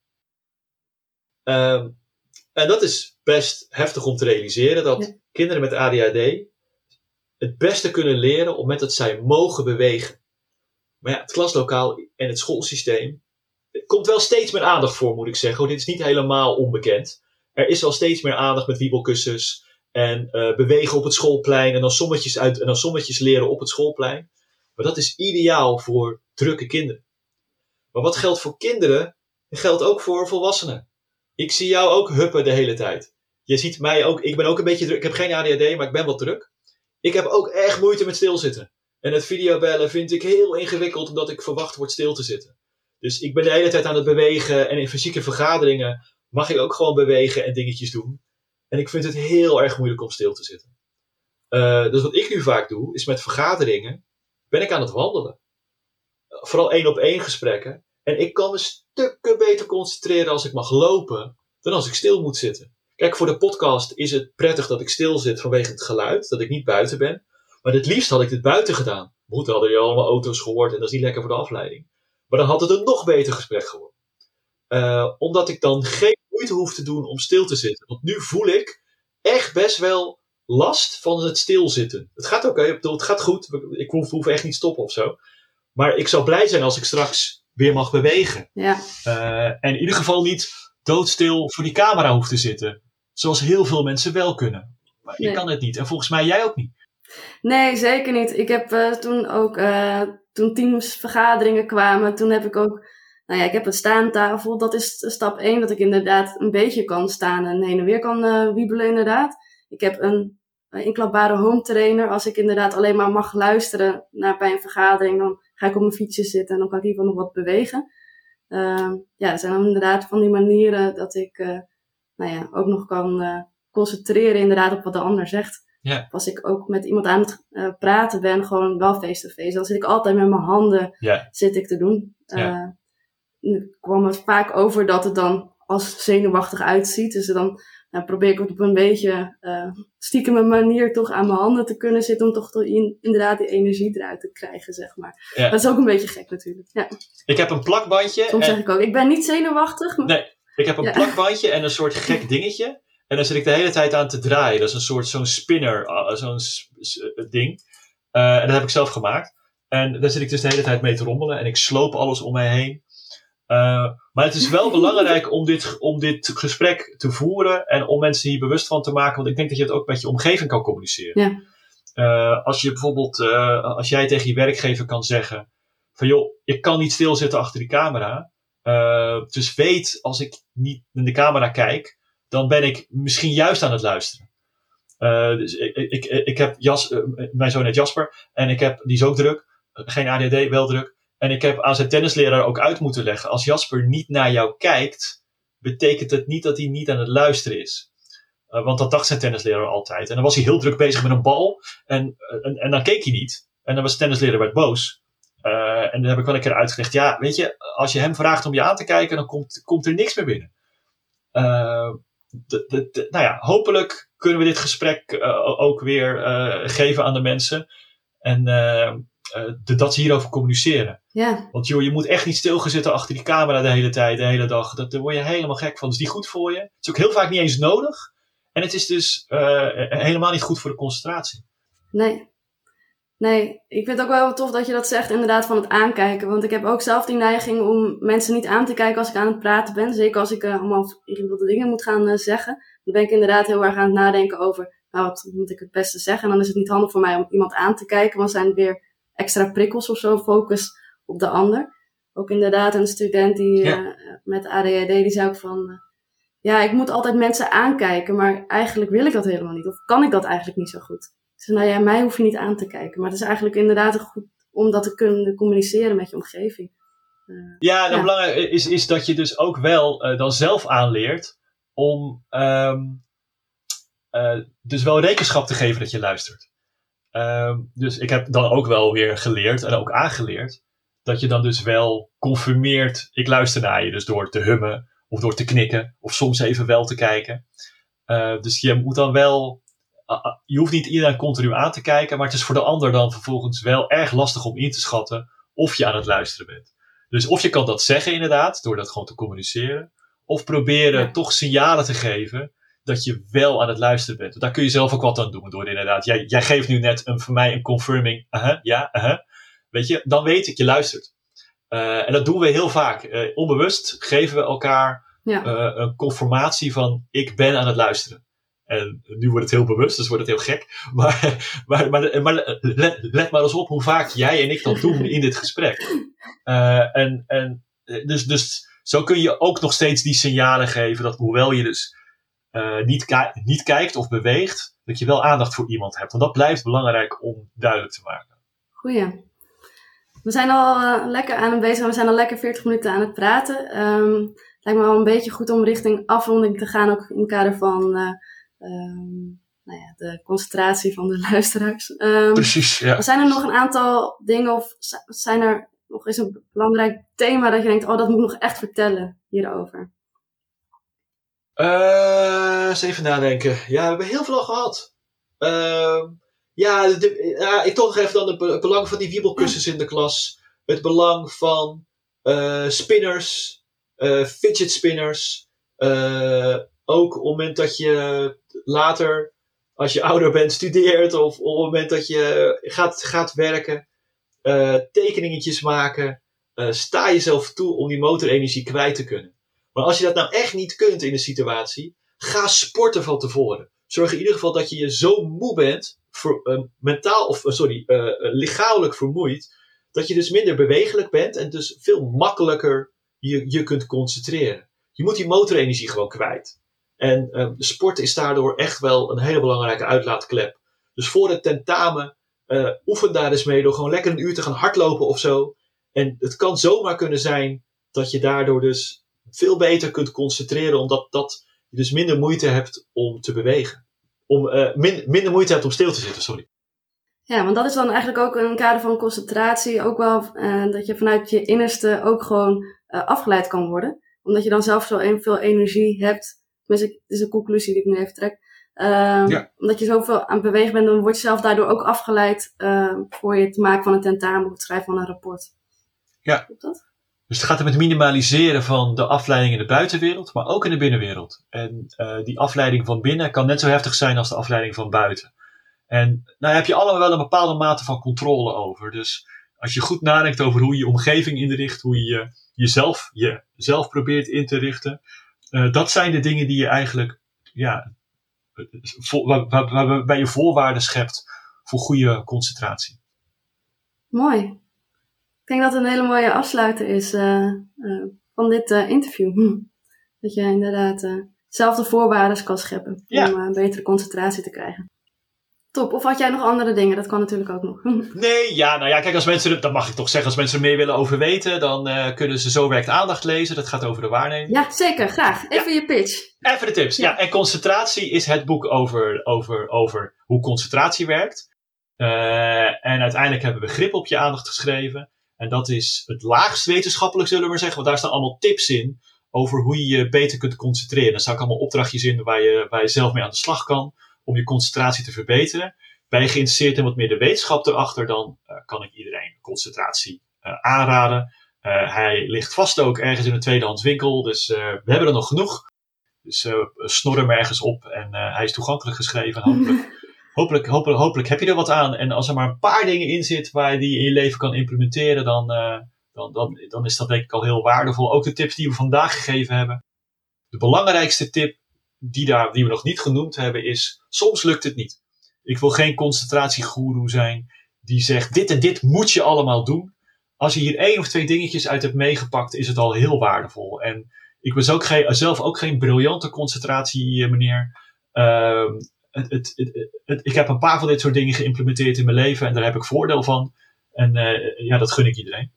En dat is best heftig om te realiseren. Dat kinderen met ADHD het beste kunnen leren op het moment dat zij mogen bewegen. Maar het klaslokaal en het schoolsysteem. Er komt wel steeds meer aandacht voor, moet ik zeggen. Dit is niet helemaal onbekend. Er is wel steeds meer aandacht met wiebelkussens. En bewegen op het schoolplein. En dan sommetjes leren op het schoolplein. Maar dat is ideaal voor drukke kinderen. Maar wat geldt voor kinderen, geldt ook voor volwassenen. Ik zie jou ook huppen de hele tijd. Je ziet mij ook, ik ben ook een beetje druk. Ik heb geen ADHD, maar ik ben wat druk. Ik heb ook echt moeite met stilzitten. En het videobellen vind ik heel ingewikkeld, omdat ik verwacht word stil te zitten. Dus ik ben de hele tijd aan het bewegen. En in fysieke vergaderingen mag ik ook gewoon bewegen en dingetjes doen. En ik vind het heel erg moeilijk om stil te zitten. Dus wat ik nu vaak doe, is met vergaderingen ben ik aan het wandelen. Vooral 1-op-1 gesprekken. En ik kan me stukken beter concentreren als ik mag lopen dan als ik stil moet zitten. Kijk, voor de podcast is het prettig dat ik stil zit vanwege het geluid, dat ik niet buiten ben. Maar het liefst had ik dit buiten gedaan. Goed, dan hadden jullie allemaal auto's gehoord en dat is niet lekker voor de afleiding. Maar dan had het een nog beter gesprek geworden. Omdat ik dan geen moeite hoef te doen om stil te zitten. Want nu voel ik echt best wel last van het stilzitten. Het gaat oké, het gaat goed. Ik hoef echt niet te stoppen of zo. Maar ik zou blij zijn als ik straks weer mag bewegen. Ja. En in ieder geval niet doodstil voor die camera hoef te zitten. Zoals heel veel mensen wel kunnen. Maar je kan het niet. En volgens mij jij ook niet. Nee, zeker niet. Ik heb toen teamsvergaderingen kwamen, toen heb ik ook, ik heb een staantafel. Dat is stap 1, dat ik inderdaad een beetje kan staan en heen en weer kan wiebelen inderdaad. Ik heb een inklapbare home trainer. Als ik inderdaad alleen maar mag luisteren bij een vergadering, dan ga ik op mijn fietsje zitten en dan kan ik in ieder geval nog wat bewegen. Er zijn dan inderdaad van die manieren dat ik ook nog kan concentreren inderdaad op wat de ander zegt. Ja. Als ik ook met iemand aan het praten ben, gewoon wel face-to-face, dan zit ik altijd met mijn handen zit ik te doen. Nu kwam het vaak over dat het dan als zenuwachtig uitziet. Dus dan probeer ik op een beetje stiekeme manier toch aan mijn handen te kunnen zitten om toch inderdaad die energie eruit te krijgen, zeg maar. Ja. Dat is ook een beetje gek natuurlijk. Ja. Ik heb een plakbandje. Soms zeg ik ook, ik ben niet zenuwachtig. Maar... Nee, ik heb een plakbandje en een soort gek dingetje. En dan zit ik de hele tijd aan te draaien. Dat is een soort zo'n spinner, zo'n ding. En dat heb ik zelf gemaakt. En daar zit ik dus de hele tijd mee te rommelen. En ik sloop alles om mij heen. Maar het is wel belangrijk om dit gesprek te voeren. En om mensen hier bewust van te maken. Want ik denk dat je het ook met je omgeving kan communiceren. Ja. Als je bijvoorbeeld, als jij tegen je werkgever kan zeggen. Van joh, ik kan niet stilzitten achter die camera. Dus weet, als ik niet in de camera kijk. Dan ben ik misschien juist aan het luisteren. Dus ik heb mijn zoon heet Jasper. En die is ook druk. Geen ADHD, wel druk. En ik heb aan zijn tennisleraar ook uit moeten leggen. Als Jasper niet naar jou kijkt, betekent het niet dat hij niet aan het luisteren is. Want dat dacht zijn tennisleraar altijd. En dan was hij heel druk bezig met een bal. En dan keek hij niet. En dan was de tennisleraar werd boos. En dan heb ik wel een keer uitgelegd. Ja, weet je, als je hem vraagt om je aan te kijken, dan komt er niks meer binnen. Nou ja, hopelijk kunnen we dit gesprek ook weer geven aan de mensen. En dat ze hierover communiceren. Ja. Want joh, je moet echt niet stilgezitten achter die camera de hele tijd, de hele dag. Daar word je helemaal gek van. Dat is niet goed voor je. Het is ook heel vaak niet eens nodig. En het is dus helemaal niet goed voor de concentratie. Nee, ik vind het ook wel tof dat je dat zegt, inderdaad, van het aankijken. Want ik heb ook zelf die neiging om mensen niet aan te kijken als ik aan het praten ben. Zeker als ik allemaal ingewikkelde dingen moet gaan zeggen. Dan ben ik inderdaad heel erg aan het nadenken over, wat moet ik het beste zeggen? En dan is het niet handig voor mij om iemand aan te kijken, want zijn er weer extra prikkels of zo, focus op de ander. Ook inderdaad een student die met ADHD, die zei ook van, ik moet altijd mensen aankijken, maar eigenlijk wil ik dat helemaal niet. Of kan ik dat eigenlijk niet zo goed? Ik zei, mij hoef je niet aan te kijken. Maar het is eigenlijk inderdaad goed om dat te kunnen communiceren met je omgeving. Belangrijk is dat je dus ook wel dan zelf aanleert om dus wel rekenschap te geven dat je luistert. Dus ik heb dan ook wel weer geleerd en ook aangeleerd dat je dan dus wel confirmeert, ik luister naar je. Dus door te hummen of door te knikken of soms even wel te kijken. Dus je moet dan wel, je hoeft niet iedereen continu aan te kijken, maar het is voor de ander dan vervolgens wel erg lastig om in te schatten of je aan het luisteren bent. Dus of je kan dat zeggen inderdaad, door dat gewoon te communiceren. Of proberen toch signalen te geven dat je wel aan het luisteren bent. Daar kun je zelf ook wat aan doen. Door inderdaad, jij geeft nu net voor mij een confirming. Weet je, dan weet ik, je luistert. En dat doen we heel vaak. Onbewust geven we elkaar een confirmatie van ik ben aan het luisteren. En nu wordt het heel bewust, dus wordt het heel gek. Maar let maar eens op hoe vaak jij en ik dat doen in dit gesprek. Dus zo kun je ook nog steeds die signalen geven dat hoewel je dus niet kijkt of beweegt, dat je wel aandacht voor iemand hebt. Want dat blijft belangrijk om duidelijk te maken. Goeie. We zijn al lekker aan het bezig. We zijn al lekker 40 minuten aan het praten. Lijkt me wel een beetje goed om richting afronding te gaan. Ook in het kader van de concentratie van de luisteraars. Precies, ja. Zijn er nog een aantal dingen of zijn er nog eens een belangrijk thema dat je denkt, dat moet ik nog echt vertellen hierover? Eens even nadenken. Ja, we hebben heel veel al gehad. Ik toch nog even dan het belang van die wiebelkussens in de klas. Het belang van spinners, fidget spinners. Ook op het moment dat je later, als je ouder bent, studeert. Of op het moment dat je gaat werken. Tekeningetjes maken. Sta jezelf toe om die motorenergie kwijt te kunnen. Maar als je dat nou echt niet kunt in een situatie, ga sporten van tevoren. Zorg in ieder geval dat je je zo moe bent, lichamelijk vermoeid, dat je dus minder bewegelijk bent en dus veel makkelijker je kunt concentreren. Je moet die motorenergie gewoon kwijt. En sport is daardoor echt wel een hele belangrijke uitlaatklep. Dus voor het tentamen, oefen daar dus mee door gewoon lekker een uur te gaan hardlopen of zo. En het kan zomaar kunnen zijn dat je daardoor dus veel beter kunt concentreren, omdat je dus minder moeite hebt om te bewegen. Minder moeite hebt om stil te zitten, sorry. Ja, want dat is dan eigenlijk ook een kader van concentratie. Ook wel dat je vanuit je innerste ook gewoon afgeleid kan worden. Omdat je dan zelf zo veel energie hebt. Tenminste, het is een conclusie die ik nu even trek. Omdat je zoveel aan het bewegen bent, dan word je zelf daardoor ook afgeleid voor je te maken van een tentamen of het schrijven van een rapport. Ja. Klopt dat? Dus het gaat om het minimaliseren van de afleiding in de buitenwereld, maar ook in de binnenwereld. En die afleiding van binnen kan net zo heftig zijn als de afleiding van buiten. En daar heb je allemaal wel een bepaalde mate van controle over. Dus als je goed nadenkt over hoe je omgeving inricht, hoe je jezelf probeert in te richten. Dat zijn de dingen die je eigenlijk waarbij je voorwaarden schept voor goede concentratie. Mooi. Ik denk dat het een hele mooie afsluiter is van dit interview. Dat je inderdaad zelf de voorwaarden kan scheppen om een betere concentratie te krijgen. Top. Of had jij nog andere dingen? Dat kan natuurlijk ook nog. Nee, kijk, als mensen, dat mag ik toch zeggen, als mensen er meer willen over weten, dan kunnen ze Zo werkt aandacht lezen. Dat gaat over de waarneming. Ja, zeker. Graag. Even je pitch. Even de tips. Ja, en Concentratie is het boek over hoe concentratie werkt. En uiteindelijk hebben we Grip op je aandacht geschreven. En dat is het laagst wetenschappelijk, zullen we maar zeggen. Want daar staan allemaal tips in over hoe je je beter kunt concentreren. Daar staan ook allemaal opdrachtjes in waar je zelf mee aan de slag kan om je concentratie te verbeteren. Ben je geïnteresseerd in wat meer de wetenschap erachter, dan kan ik iedereen Concentratie aanraden. Hij ligt vast ook ergens in een tweedehands winkel, dus we hebben er nog genoeg. Dus snor hem ergens op en hij is toegankelijk geschreven. Hopelijk heb je er wat aan. En als er maar een paar dingen in zit waar je die in je leven kan implementeren, dan is dat denk ik al heel waardevol. Ook de tips die we vandaag gegeven hebben. De belangrijkste tip die we nog niet genoemd hebben is, soms lukt het niet. Ik wil geen concentratiegoeroe zijn die zegt, dit en dit moet je allemaal doen. Als je hier 1 of 2 dingetjes uit hebt meegepakt, is het al heel waardevol. En ik ben zelf ook geen briljante concentratiemeneer. Ik heb een paar van dit soort dingen geïmplementeerd in mijn leven en daar heb ik voordeel van. En dat gun ik iedereen.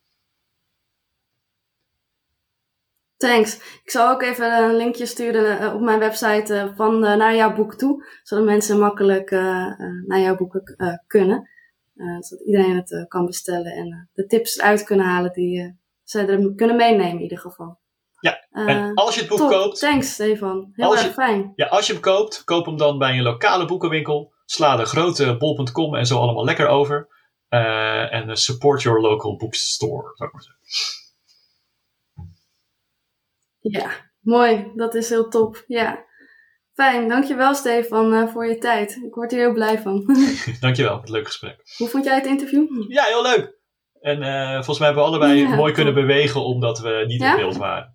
Thanks. Ik zal ook even een linkje sturen op mijn website naar jouw boek toe. Zodat mensen makkelijk naar jouw boeken kunnen. Zodat iedereen het kan bestellen en de tips eruit kunnen halen die ze er kunnen meenemen in ieder geval. Ja, en als je het boek koopt... Thanks, Stefan. Heel erg fijn. Ja, als je hem koopt, koop hem dan bij een lokale boekenwinkel. Sla de grote bol.com en zo allemaal lekker over. En support your local bookstore, zou ik maar zeggen. Ja, mooi. Dat is heel top. Ja. Fijn. Dankjewel, Stefan, voor je tijd. Ik word hier heel blij van. Dankjewel. Wat een leuk gesprek. Hoe vond jij het interview? Ja, heel leuk. En volgens mij hebben we allebei mooi kunnen bewegen omdat we niet in beeld waren.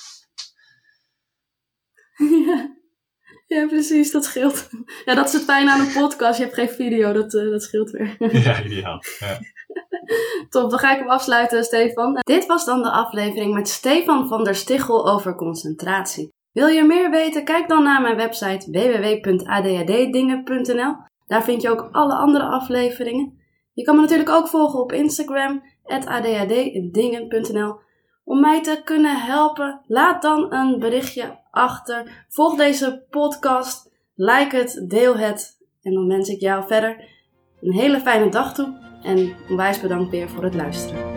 Ja, precies. Dat scheelt. Ja, dat is het fijne aan een podcast. Je hebt geen video. Dat scheelt weer. Ja, ideaal. Ja. Top, dan ga ik hem afsluiten, Stefan. Dit was dan de aflevering met Stefan van der Stichel over concentratie. Wil je meer weten? Kijk dan naar mijn website www.adhddingen.nl. Daar vind je ook alle andere afleveringen. Je kan me natuurlijk ook volgen op Instagram, @adhddingen.nl. Om mij te kunnen helpen, laat dan een berichtje achter. Volg deze podcast, like het, deel het. En dan wens ik jou verder een hele fijne dag toe. En onwijs bedankt weer voor het luisteren.